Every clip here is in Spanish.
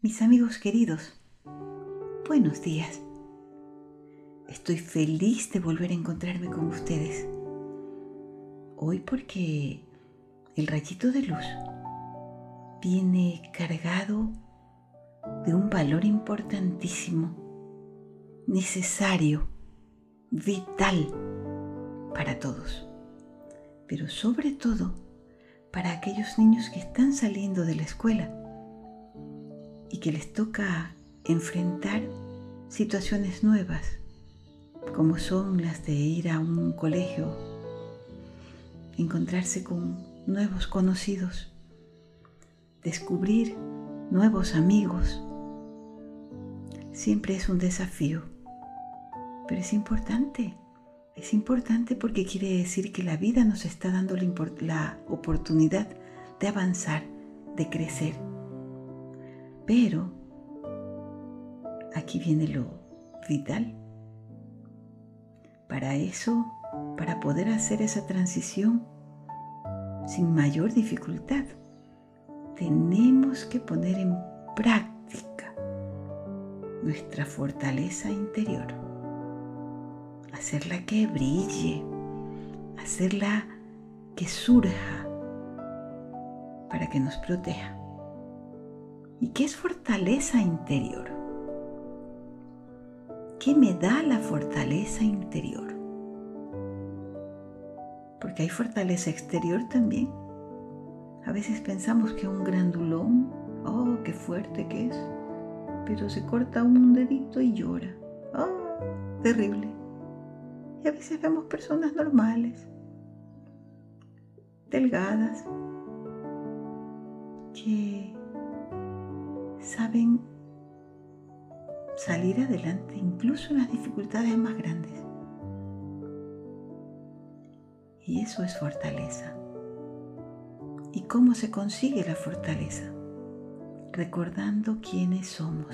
Mis amigos queridos, buenos días. Estoy feliz de volver a encontrarme con ustedes. Hoy porque el rayito de luz viene cargado de un valor importantísimo, necesario, vital para todos, pero sobre todo para aquellos niños que están saliendo de la escuela y que les toca enfrentar situaciones nuevas, como son las de ir a un colegio, encontrarse con nuevos conocidos, descubrir nuevos amigos. Siempre es un desafío, pero es importante porque quiere decir que la vida nos está dando la oportunidad de avanzar, de crecer. Pero aquí viene lo vital. Para eso, para poder hacer esa transición sin mayor dificultad, tenemos que poner en práctica nuestra fortaleza interior, hacerla que brille, hacerla que surja para que nos proteja. ¿Y qué es fortaleza interior? ¿Qué me da la fortaleza interior? Porque hay fortaleza exterior también. A veces pensamos que un grandulón, oh, qué fuerte que es, pero se corta un dedito y llora. Oh, terrible. Y a veces vemos personas normales, delgadas, que saben salir adelante incluso en las dificultades más grandes. Y eso es fortaleza. ¿Y cómo se consigue la fortaleza? Recordando quiénes somos.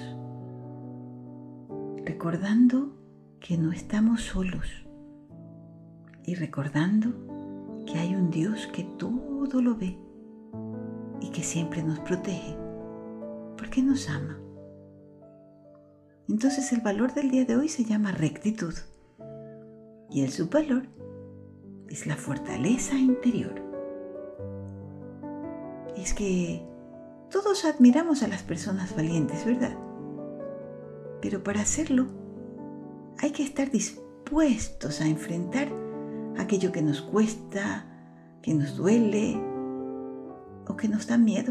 Recordando que no estamos solos. Y recordando que hay un Dios que todo lo ve y que siempre nos protege porque nos ama. Entonces el valor del día de hoy se llama rectitud y el subvalor es la fortaleza interior. Es que todos admiramos a las personas valientes, ¿verdad? Pero para hacerlo hay que estar dispuestos a enfrentar aquello que nos cuesta, que nos duele o que nos da miedo.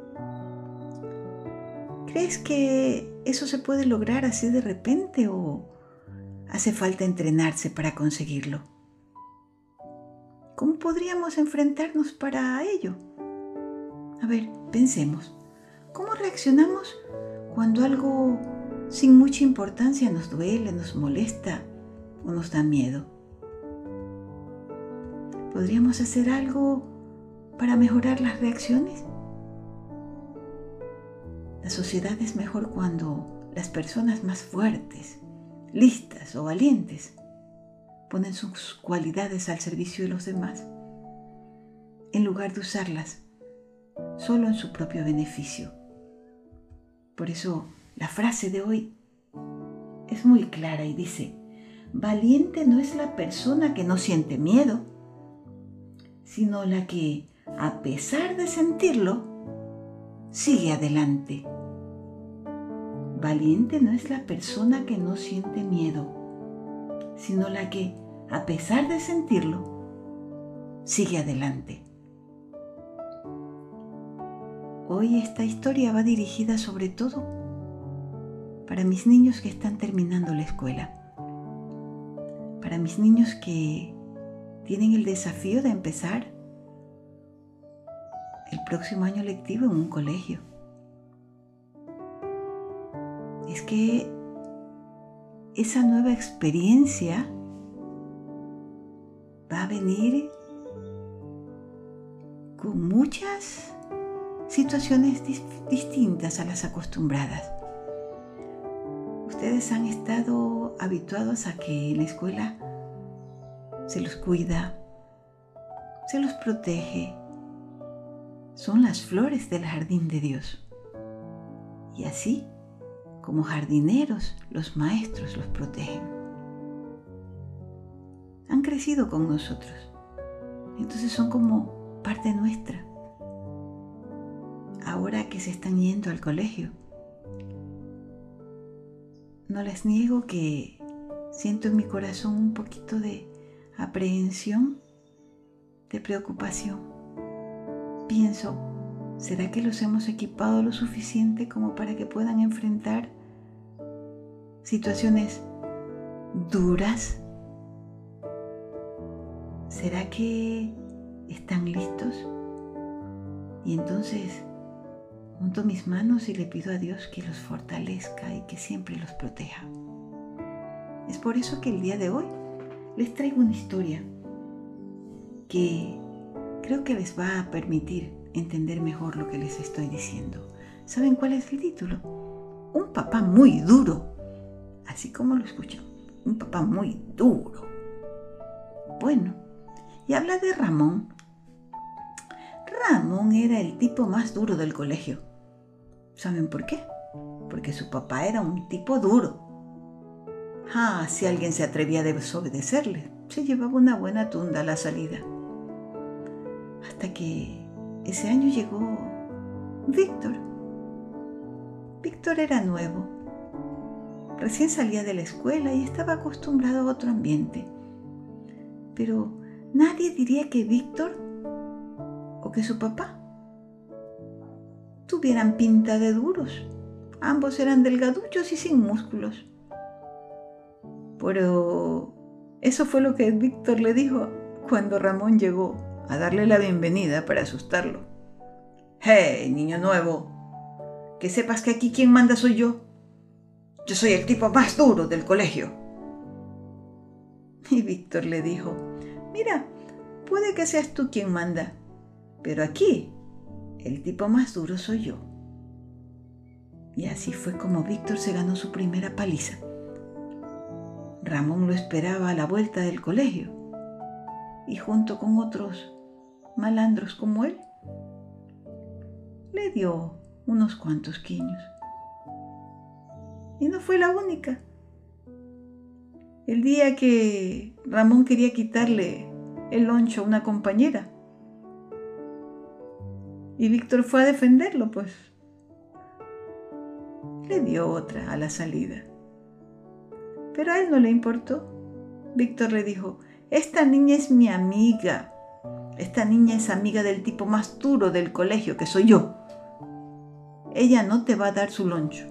¿Crees que eso se puede lograr así de repente o hace falta entrenarse para conseguirlo? ¿Cómo podríamos enfrentarnos para ello? A ver, pensemos. ¿Cómo reaccionamos cuando algo sin mucha importancia nos duele, nos molesta o nos da miedo? ¿Podríamos hacer algo para mejorar las reacciones? La sociedad es mejor cuando las personas más fuertes, listas o valientes ponen sus cualidades al servicio de los demás, en lugar de usarlas solo en su propio beneficio. Por eso la frase de hoy es muy clara y dice: valiente no es la persona que no siente miedo, sino la que, a pesar de sentirlo, sigue adelante. Valiente no es la persona que no siente miedo, sino la que, a pesar de sentirlo, sigue adelante. Hoy esta historia va dirigida sobre todo para mis niños que están terminando la escuela, para mis niños que tienen el desafío de empezar el próximo año lectivo en un colegio. Es que esa nueva experiencia va a venir con muchas situaciones distintas a las acostumbradas. Ustedes han estado habituados a que en la escuela se los cuida, se los protege. Son las flores del jardín de Dios. Y así, como jardineros, los maestros los protegen. Han crecido con nosotros. Entonces son como parte nuestra. Ahora que se están yendo al colegio, no les niego que siento en mi corazón un poquito de aprehensión, de preocupación. Pienso, ¿será que los hemos equipado lo suficiente como para que puedan enfrentar situaciones duras? ¿Será que están listos? Y entonces junto mis manos y le pido a Dios que los fortalezca y que siempre los proteja. Es por eso que el día de hoy les traigo una historia que creo que les va a permitir entender mejor lo que les estoy diciendo. ¿Saben cuál es el título? Un papá muy duro. Así como lo escuchan, un papá muy duro. Bueno, y habla de Ramón. Ramón era el tipo más duro del colegio. ¿Saben por qué? Porque su papá era un tipo duro. Si alguien se atrevía a desobedecerle, se llevaba una buena tunda a la salida. Hasta que ese año llegó Víctor. Víctor era nuevo. Recién salía de la escuela y estaba acostumbrado a otro ambiente. Pero nadie diría que Víctor o que su papá tuvieran pinta de duros. Ambos eran delgaduchos y sin músculos. Pero eso fue lo que Víctor le dijo cuando Ramón llegó a darle la bienvenida para asustarlo. ¡Hey, niño nuevo! Que sepas que aquí quien manda soy yo. Yo soy el tipo más duro del colegio. Y Víctor le dijo, mira, puede que seas tú quien manda, pero aquí el tipo más duro soy yo. Y así fue como Víctor se ganó su primera paliza. Ramón lo esperaba a la vuelta del colegio y junto con otros malandros como él, le dio unos cuantos quiños. Y no fue la única. El día que Ramón quería quitarle el lonche a una compañera y Víctor fue a defenderlo, pues le dio otra a la salida. Pero a él no le importó. Víctor le dijo, esta niña es mi amiga. Esta niña es amiga del tipo más duro del colegio, que soy yo. Ella no te va a dar su loncho.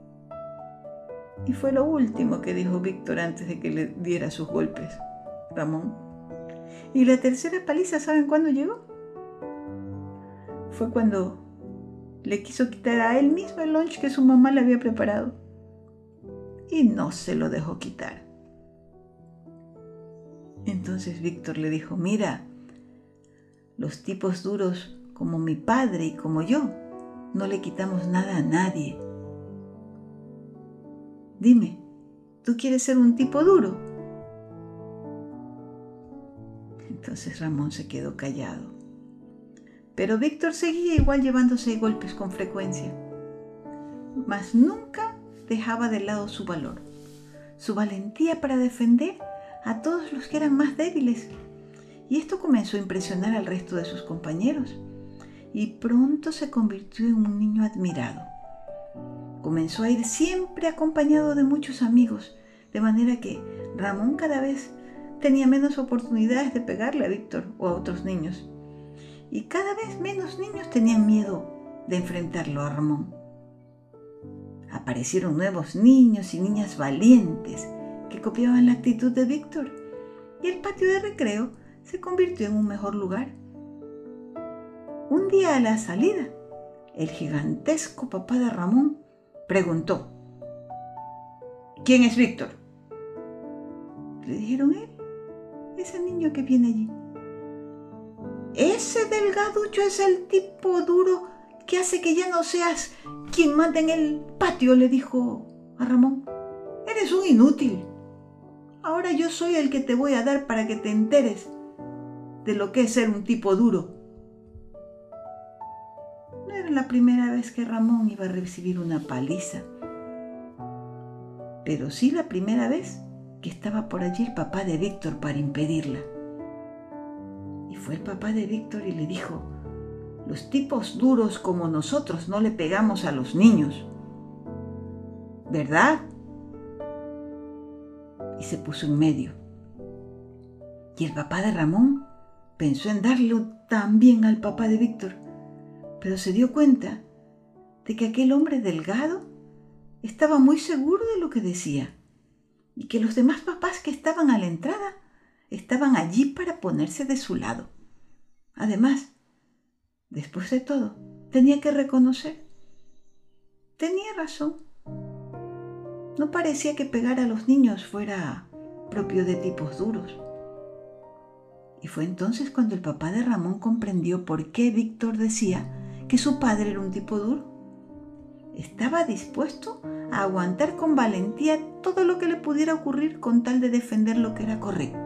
Y fue lo último que dijo Víctor antes de que le diera sus golpes, Ramón. Y la tercera paliza, ¿saben cuándo llegó? Fue cuando le quiso quitar a él mismo el lunch que su mamá le había preparado. Y no se lo dejó quitar. Entonces Víctor le dijo, mira, los tipos duros como mi padre y como yo, no le quitamos nada a nadie. Dime, ¿tú quieres ser un tipo duro? Entonces Ramón se quedó callado. Pero Víctor seguía igual llevándose golpes con frecuencia. Mas nunca dejaba de lado su valor, su valentía para defender a todos los que eran más débiles. Y esto comenzó a impresionar al resto de sus compañeros. Y pronto se convirtió en un niño admirado. Comenzó a ir siempre acompañado de muchos amigos, de manera que Ramón cada vez tenía menos oportunidades de pegarle a Víctor o a otros niños. Y cada vez menos niños tenían miedo de enfrentarlo a Ramón. Aparecieron nuevos niños y niñas valientes que copiaban la actitud de Víctor, y el patio de recreo se convirtió en un mejor lugar. Un día a la salida, el gigantesco papá de Ramón preguntó, ¿quién es Víctor? Le dijeron él, ese niño que viene allí. Ese delgaducho es el tipo duro que hace que ya no seas quien manda en el patio, le dijo a Ramón. Eres un inútil. Ahora yo soy el que te voy a dar para que te enteres de lo que es ser un tipo duro. No era la primera vez que Ramón iba a recibir una paliza, pero sí la primera vez que estaba por allí el papá de Víctor para impedirla. Y fue el papá de Víctor y le dijo: los tipos duros como nosotros no le pegamos a los niños, ¿verdad? Y se puso en medio. Y el papá de Ramón pensó en darle también al papá de Víctor, pero se dio cuenta de que aquel hombre delgado estaba muy seguro de lo que decía y que los demás papás que estaban a la entrada estaban allí para ponerse de su lado. Además, después de todo, tenía que reconocer, tenía razón. No parecía que pegar a los niños fuera propio de tipos duros. Y fue entonces cuando el papá de Ramón comprendió por qué Víctor decía que su padre era un tipo duro. Estaba dispuesto a aguantar con valentía todo lo que le pudiera ocurrir con tal de defender lo que era correcto.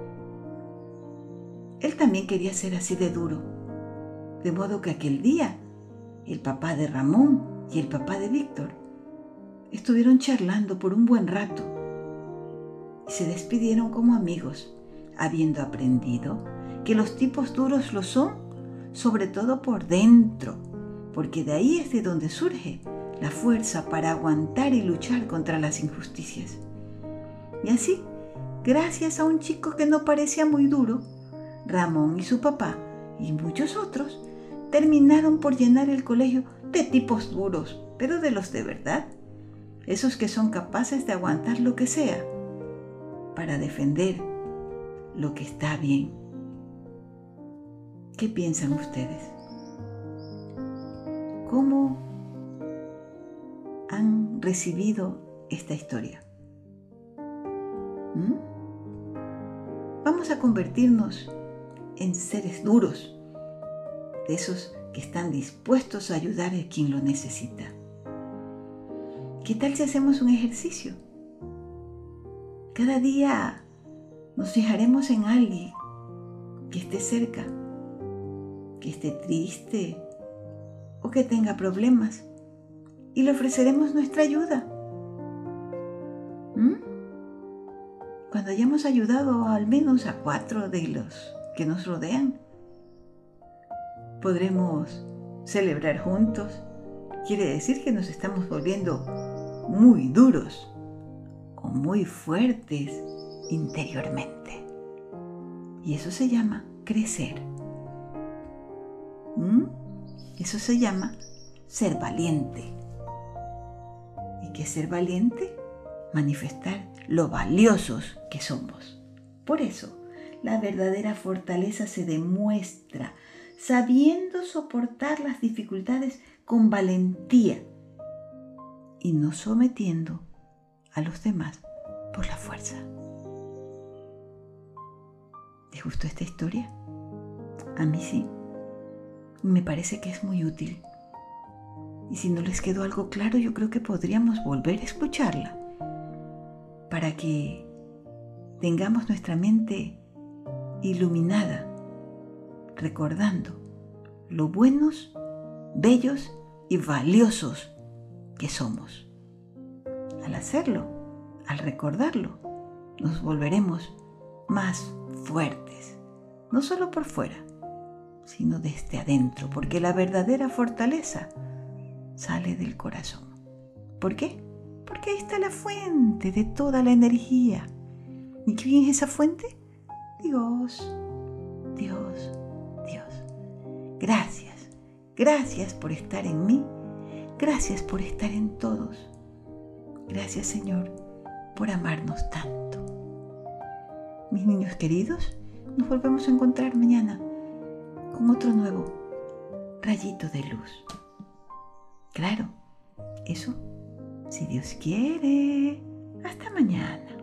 Él también quería ser así de duro, de modo que aquel día el papá de Ramón y el papá de Víctor estuvieron charlando por un buen rato y se despidieron como amigos, habiendo aprendido que los tipos duros lo son, sobre todo por dentro, porque de ahí es de donde surge la fuerza para aguantar y luchar contra las injusticias. Y así, gracias a un chico que no parecía muy duro, Ramón y su papá y muchos otros terminaron por llenar el colegio de tipos duros, pero de los de verdad, esos que son capaces de aguantar lo que sea para defender lo que está bien. ¿Qué piensan ustedes? ¿Cómo han recibido esta historia? Vamos a convertirnos en seres duros, de esos que están dispuestos a ayudar a quien lo necesita. ¿Qué tal si hacemos un ejercicio? Cada día nos fijaremos en alguien que esté cerca, que esté triste o que tenga problemas y le ofreceremos nuestra ayuda. Cuando hayamos ayudado al menos a 4 de los que nos rodean, podremos celebrar juntos. Quiere decir que nos estamos volviendo muy duros o muy fuertes interiormente. Y eso se llama crecer. Eso se llama ser valiente. ¿Y qué es ser valiente? Manifestar lo valiosos que somos. Por eso, la verdadera fortaleza se demuestra sabiendo soportar las dificultades con valentía y no sometiendo a los demás por la fuerza. ¿Les gustó esta historia? A mí sí. Me parece que es muy útil. Y si no les quedó algo claro, yo creo que podríamos volver a escucharla para que tengamos nuestra mente iluminada, recordando lo buenos, bellos y valiosos que somos. Al hacerlo, al recordarlo, nos volveremos más fuertes, no solo por fuera, sino desde adentro, porque la verdadera fortaleza sale del corazón. ¿Por qué? Porque ahí está la fuente de toda la energía. ¿Y quién es esa fuente? Dios, Dios, Dios. Gracias, gracias por estar en mí, gracias por estar en todos. Gracias, Señor, por amarnos tanto. Mis niños queridos, nos volvemos a encontrar mañana con otro nuevo rayito de luz. Claro, eso, si Dios quiere. Hasta mañana.